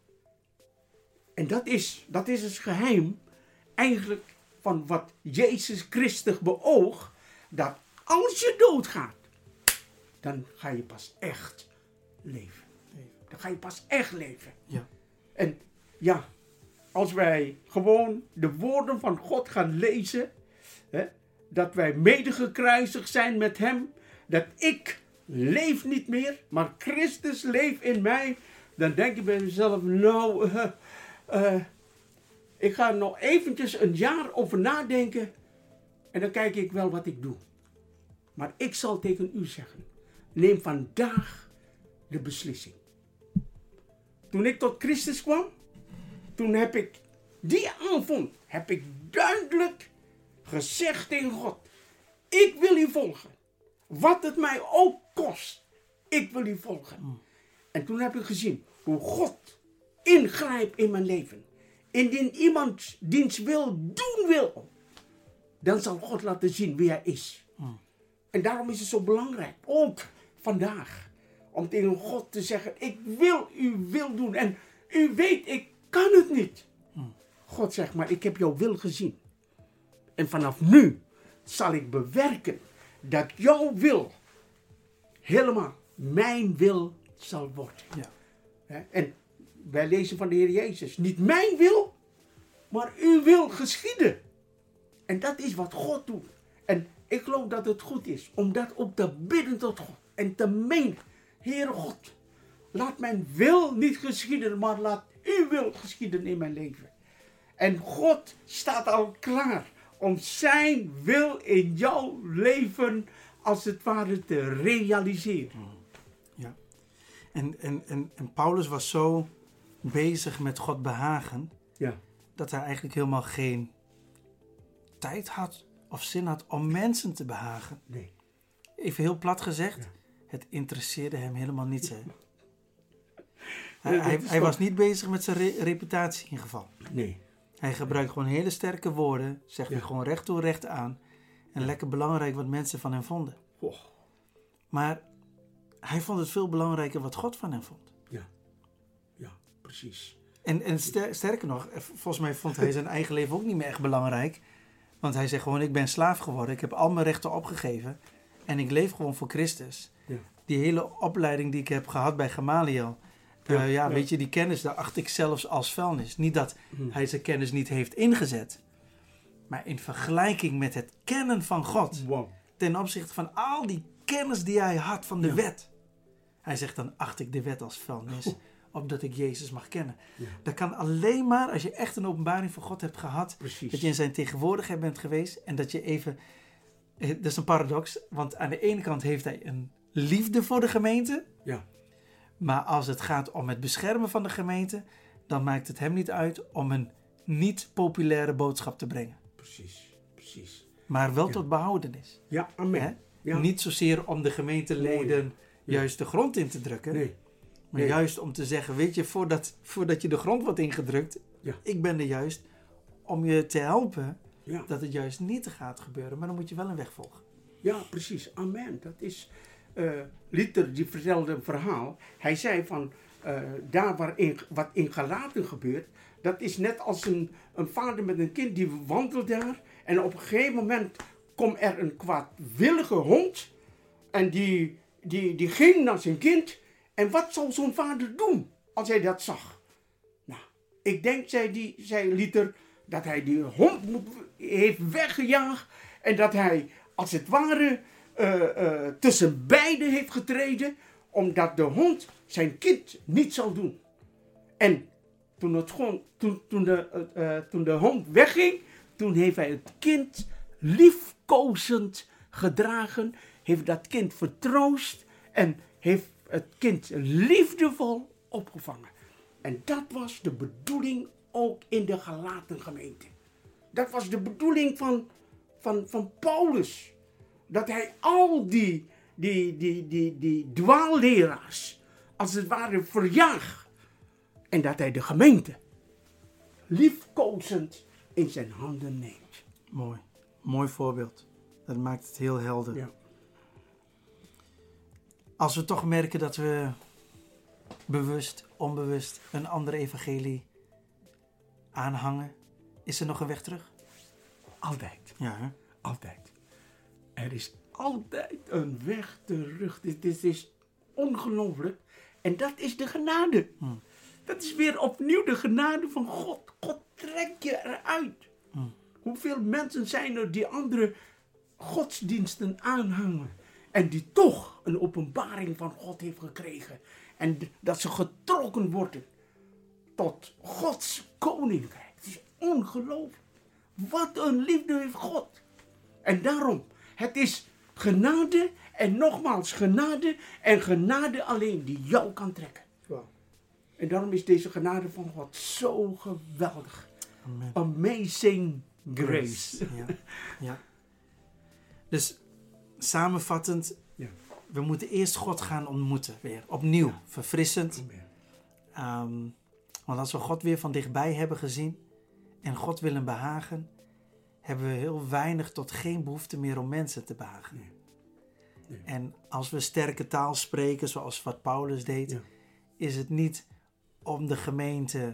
en dat is, dat is het geheim eigenlijk van wat Jezus Christus beoogt, dat als je doodgaat, dan ga je pas echt leven. Dan ga je pas echt leven. Ja. En ja, als wij gewoon de woorden van God gaan lezen, hè, dat wij mede gekruisigd zijn met hem, dat ik leef niet meer, maar Christus leeft in mij, dan denk ik bij mezelf, nou, uh, uh, ik ga nog eventjes een jaar over nadenken en dan kijk ik wel wat ik doe. Maar ik zal tegen u zeggen, neem vandaag de beslissing. Toen ik tot Christus kwam, toen heb ik die avond, heb ik duidelijk gezegd tegen God, ik wil u volgen. Wat het mij ook kost, ik wil u volgen. Mm. En toen heb ik gezien hoe God ingrijpt in mijn leven. Indien iemand diens wil doen wil, dan zal God laten zien wie hij is. Mm. En daarom is het zo belangrijk, ook vandaag, om tegen God te zeggen, ik wil uw wil doen. En u weet, ik kan het niet. Mm. God zegt, maar ik heb jouw wil gezien. En vanaf nu zal ik bewerken dat jouw wil helemaal mijn wil zal worden. Ja. En wij lezen van de Heer Jezus, niet mijn wil, maar uw wil geschieden. En dat is wat God doet. En ik geloof dat het goed is om dat ook te bidden tot God. En te menen, Heere God, laat mijn wil niet geschieden, maar laat uw wil geschieden in mijn leven. En God staat al klaar om zijn wil in jouw leven als het ware te realiseren. Ja. En, en, en, en Paulus was zo bezig met God behagen, ja, dat hij eigenlijk helemaal geen tijd had of zin had om mensen te behagen. Nee. Even heel plat gezegd, ja. Het interesseerde hem helemaal niets. Hè? hij hij, hij was niet bezig met zijn re- reputatie in geval. Nee. Hij gebruikt gewoon hele sterke woorden, zegt ja. er gewoon recht toe recht aan. En ja. lekker belangrijk wat mensen van hem vonden. Oh. Maar hij vond het veel belangrijker wat God van hem vond. Ja, ja, precies. En, en ster, sterker nog, volgens mij vond hij zijn eigen leven ook niet meer echt belangrijk. Want hij zegt gewoon, ik ben slaaf geworden. Ik heb al mijn rechten opgegeven. En ik leef gewoon voor Christus. Ja. Die hele opleiding die ik heb gehad bij Gamaliel. Ja, uh, ja, ja, weet je, die kennis, daar acht ik zelfs als vuilnis. Niet dat hmm. hij zijn kennis niet heeft ingezet. Maar in vergelijking met het kennen van God. Wow. Ten opzichte van al die kennis die hij had van de ja. wet. Hij zegt, dan acht ik de wet als vuilnis. Oh. Opdat ik Jezus mag kennen. Ja. Dat kan alleen maar als je echt een openbaring van God hebt gehad. Precies. Dat je in zijn tegenwoordigheid bent geweest. En dat je even... Dat is een paradox. Want aan de ene kant heeft hij een liefde voor de gemeente. Ja. Maar als het gaat om het beschermen van de gemeente, dan maakt het hem niet uit om een niet populaire boodschap te brengen. Precies, precies. Maar wel ja. tot behoudenis. Ja, amen. Ja. Niet zozeer om de gemeenteleden ja. juist de grond in te drukken. Nee. Maar nee. juist om te zeggen, weet je, voordat, voordat je de grond wordt ingedrukt, ja. ik ben er juist om je te helpen ja. dat het juist niet gaat gebeuren. Maar dan moet je wel een weg volgen. Ja, precies. Amen. Dat is... Uh, Luther die vertelde een verhaal. Hij zei van... Uh, daar waar in, wat in Galaten gebeurt... Dat is net als een, een vader met een kind die wandelt daar. En op een gegeven moment komt er een kwaadwillige hond. En die, die, die ging naar zijn kind. En wat zal zo'n vader doen als hij dat zag? Nou, ik denk, zei, die, zei Luther, dat hij die hond moet, heeft weggejaagd. En dat hij als het ware uh, uh, tussen beiden heeft getreden. Omdat de hond zijn kind niet zal doen. En toen, het gewoon, toen, toen, de, uh, toen de hond wegging, toen heeft hij het kind liefkozend gedragen. Heeft dat kind vertroost en heeft het kind liefdevol opgevangen. En dat was de bedoeling ook in de Galatengemeente. Dat was de bedoeling van, van, van Paulus. Dat hij al die, die, die, die, die dwaalleraars als het ware verjaagt. En dat hij de gemeente liefkozend in zijn handen neemt. Mooi. Mooi voorbeeld. Dat maakt het heel helder. Ja. Als we toch merken dat we bewust, onbewust een andere evangelie aanhangen, is er nog een weg terug? Altijd. Ja, hè? Altijd. Er is altijd een weg terug. Dit, dit is ongelooflijk. En dat is de genade. Hmm. Dat is weer opnieuw de genade van God. God trekt je eruit. Hmm. Hoeveel mensen zijn er die andere godsdiensten aanhangen. En die toch een openbaring van God heeft gekregen. En d- dat ze getrokken worden tot Gods koninkrijk. Het is ongelooflijk. Wat een liefde heeft God. En daarom, het is genade en nogmaals genade en genade alleen die jou kan trekken. Wow. En daarom is deze genade van God zo geweldig. Amen. Amazing grace. Ja. Ja. Dus samenvattend, Ja. we moeten eerst God gaan ontmoeten weer. Opnieuw, Ja. verfrissend. Amen. Um, want als we God weer van dichtbij hebben gezien en God willen behagen, hebben we heel weinig tot geen behoefte meer om mensen te behagen. Nee. Nee. En als we sterke taal spreken, zoals wat Paulus deed, Ja. is het niet om de gemeente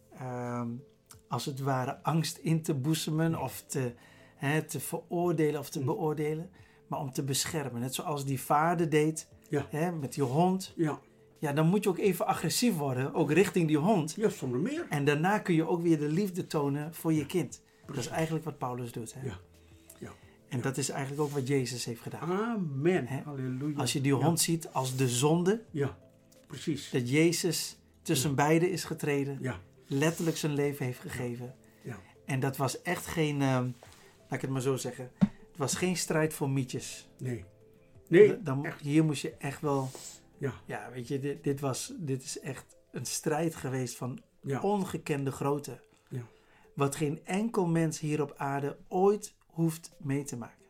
um, als het ware angst in te boezemen Nee. of te, hè, te veroordelen of te Mm. beoordelen, maar om te beschermen. Net zoals die vader deed Ja. hè, met die hond. Ja. Ja, dan moet je ook even agressief worden, ook richting die hond. Ja, zonder meer. En daarna kun je ook weer de liefde tonen voor je kind. Dat is eigenlijk wat Paulus doet. Hè? Ja. Ja. En dat is eigenlijk ook wat Jezus heeft gedaan. Amen. Hè? Halleluja. Als je die Ja. hond ziet als de zonde, Ja, precies. dat Jezus tussen beiden is getreden, Ja. letterlijk zijn leven heeft gegeven. Ja. En dat was echt geen, ehm, laat ik het maar zo zeggen, het was geen strijd voor mietjes. Nee. Nee, D- dan, echt. hier moest je echt wel, Ja. ja weet je, dit, dit, was, dit is echt een strijd geweest van Ja. ongekende grootte. Ja. Wat geen enkel mens hier op aarde ooit hoeft mee te maken.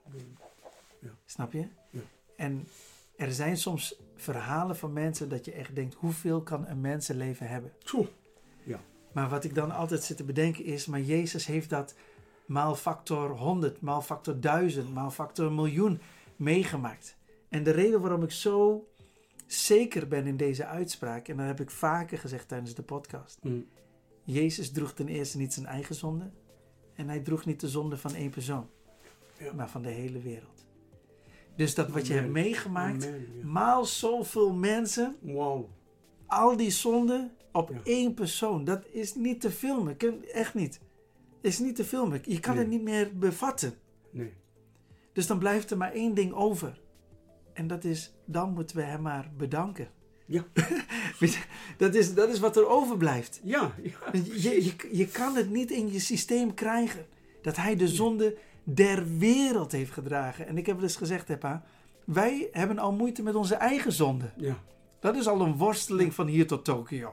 Ja. Snap je? Ja. En er zijn soms verhalen van mensen dat je echt denkt, hoeveel kan een mensenleven hebben? Zo. Maar wat ik dan altijd zit te bedenken is, maar Jezus heeft dat maal factor honderd, maal factor duizend, maal factor miljoen meegemaakt. En de reden waarom ik zo zeker ben in deze uitspraak, en dat heb ik vaker gezegd tijdens de podcast. Mm. Jezus droeg ten eerste niet zijn eigen zonde. En hij droeg niet de zonde van één persoon. Ja. Maar van de hele wereld. Dus dat wat je Amen. hebt meegemaakt, Amen, ja. maal zoveel mensen, Wauw. al die zonden op Ja. één persoon. Dat is niet te filmen. Kan- Echt niet. Is niet te filmen. Je kan Nee. het niet meer bevatten. Nee. Dus dan blijft er maar één ding over. En dat is, dan moeten we hem maar bedanken. Ja. Weet je, dat, is, dat is wat er overblijft. Ja. Ja. Je, je, je kan het niet in je systeem krijgen. Dat hij de zonde der wereld heeft gedragen. En ik heb wel eens gezegd, hè, pa, wij hebben al moeite met onze eigen zonde. Ja. Dat is al een worsteling van hier tot Tokio.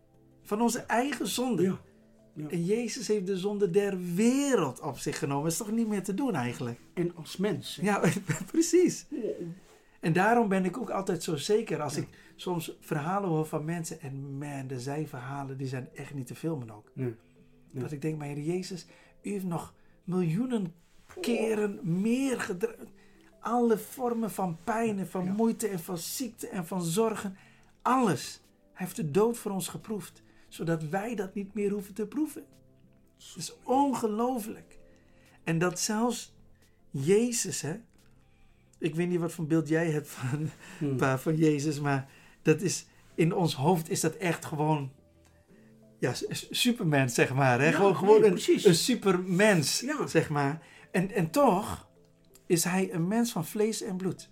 Van onze eigen zonde. Ja. Ja. En Jezus heeft de zonde der wereld op zich genomen. Dat is toch niet meer te doen eigenlijk? En als mens. hè. Ja, precies. Ja. En daarom ben ik ook altijd zo zeker als Ja. ik soms verhalen hoor van mensen. En man, de zijverhalen die zijn echt niet te filmen ook. Nee. Nee. Dat ik denk, maar Heer Jezus, u heeft nog miljoenen keren meer gedaan. alle vormen van pijn en van Ja. moeite en van ziekte en van zorgen. Alles. Hij heeft de dood voor ons geproefd. Zodat wij dat niet meer hoeven te proeven. Het is ongelooflijk. En dat zelfs Jezus, hè. Ik weet niet wat voor beeld jij hebt van, Hmm. van Jezus. Maar dat is, in ons hoofd is dat echt gewoon... Ja, Superman, zeg maar. Hè? Ja, gewoon gewoon nee, een, precies. een supermens, Ja. zeg maar. En, en toch is hij een mens van vlees en bloed.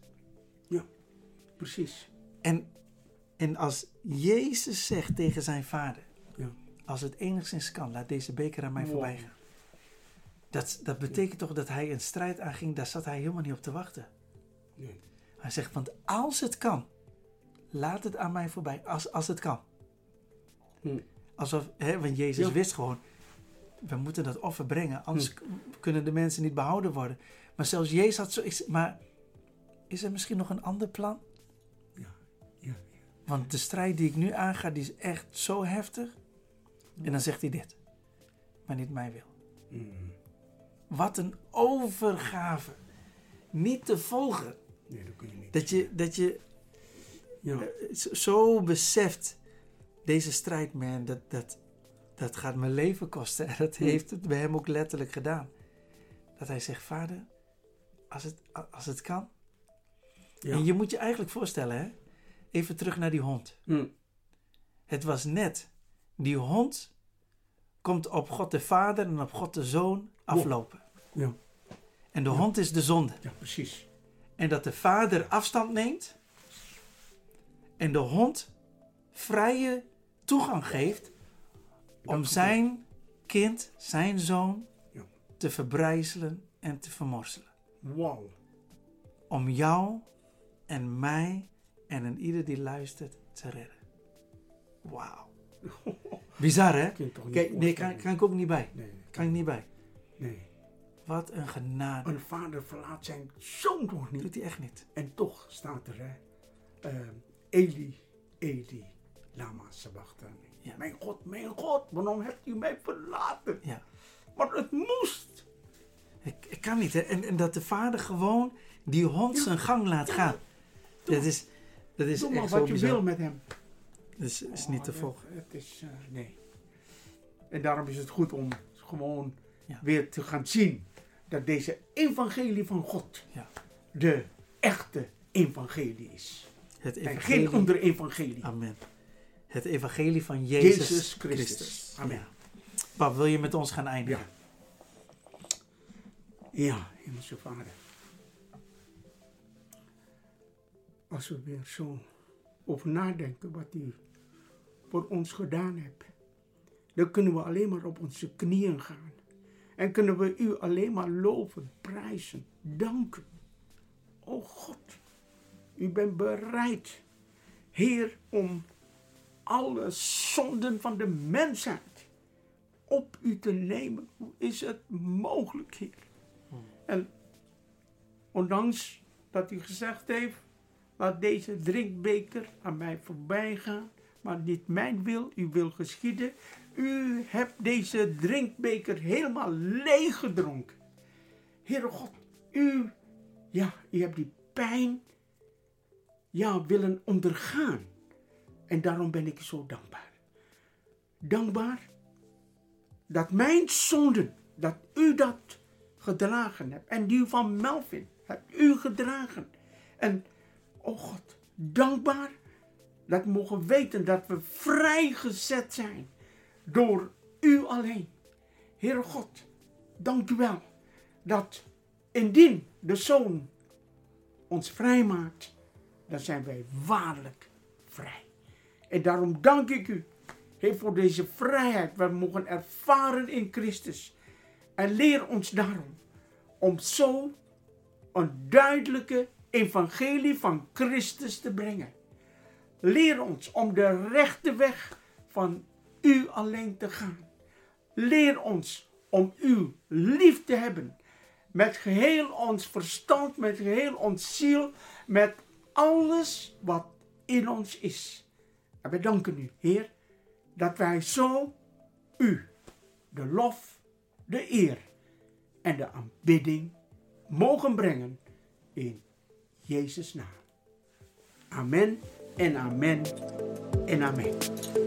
Precies. En, en als Jezus zegt tegen zijn vader... Ja. Als het enigszins kan, laat deze beker aan mij Wow. voorbij gaan. Dat, dat betekent toch dat hij een strijd aanging, daar zat hij helemaal niet op te wachten. Nee. Hij zegt, want als het kan, laat het aan mij voorbij. Als, als het kan. Hm. Alsof, hè, want Jezus Ja. wist gewoon, we moeten dat offer brengen, anders k- kunnen de mensen niet behouden worden. Maar zelfs Jezus had zoiets, maar is er misschien nog een ander plan? Ja. Ja. Want de strijd die ik nu aanga, die is echt zo heftig. En dan zegt hij dit, maar niet mijn wil. Hmm. Wat een overgave. Niet te volgen. Nee, dat kun je niet. Dat je, dat je Ja. eh, zo- zo beseft, deze strijd, man, dat, dat, dat gaat mijn leven kosten. En dat heeft het bij hem ook letterlijk gedaan. Dat hij zegt, vader, als het, als het kan. Ja. En je moet je eigenlijk voorstellen, hè? Even terug naar die hond. Hm. Het was net, die hond komt op God de Vader en op God de Zoon aflopen. Ja. En de Ja. hond is de zonde. Ja, precies. En dat de vader afstand neemt en de hond vrije toegang geeft om Dat zijn kind, zijn zoon, Ja. te verbrijzelen en te vermorzelen. Wauw. Om jou en mij en een ieder die luistert te redden. Wauw. Bizar, hè? Kun je toch niet Kijk, nee, voorstellen. kan, kan ik ook niet bij. Nee, nee. Kan ik niet bij. Nee. Wat een genade. Een vader verlaat zijn zoon toch niet. Doet hij echt niet. En toch staat er, hè. eh, Eli, Eli, lama sabachthani. Ja. Mijn God, mijn God, waarom hebt u mij verlaten? Ja. Maar het moest. Ik, ik kan niet, hè? En, en dat de vader gewoon die hond zijn gang laat gaan. Dat is, dat is Doe maar echt zo wat je bizar. wil met hem. Dat is, is niet te Oh, volgen. Het, het is, uh, nee. En daarom is het goed om gewoon Ja. weer te gaan zien dat deze evangelie van God Ja. de echte evangelie is. Het En geen evangelie. andere evangelie. Amen. Het evangelie van Jezus, Jezus Christus. Christus. Amen. Ja. Pap, wil je met ons gaan eindigen? Ja. Ja, hemelse Vader. Als we weer zo over nadenken wat u voor ons gedaan hebt, dan kunnen we alleen maar op onze knieën gaan. En kunnen we u alleen maar loven, prijzen, danken. O God, u bent bereid, Heer, om alle zonden van de mensheid op u te nemen. Hoe is het mogelijk, Heer? En ondanks dat u gezegd heeft, laat deze drinkbeker aan mij voorbij gaan, maar niet mijn wil, uw wil geschieden. U hebt deze drinkbeker helemaal leeg gedronken. Heere God, u, ja, u hebt die pijn, ja, willen ondergaan. En daarom ben ik zo dankbaar. Dankbaar dat mijn zonden, dat u dat gedragen hebt. En die van Melvin hebt u gedragen. En, oh God, dankbaar dat we mogen weten dat we vrijgezet zijn door u alleen. Heere God, dank u wel dat indien de Zoon ons vrijmaakt, dan zijn wij waarlijk vrij. En daarom dank ik u, Heer, voor deze vrijheid waar we mogen ervaren in Christus. En leer ons daarom om zo een duidelijke evangelie van Christus te brengen. Leer ons om de rechte weg van u alleen te gaan. Leer ons om u lief te hebben. Met geheel ons verstand, met geheel ons ziel, met alles wat in ons is. En we danken u, Heer, dat wij zo u de lof, de eer en de aanbidding mogen brengen In Jezus' naam. Amen en amen en amen.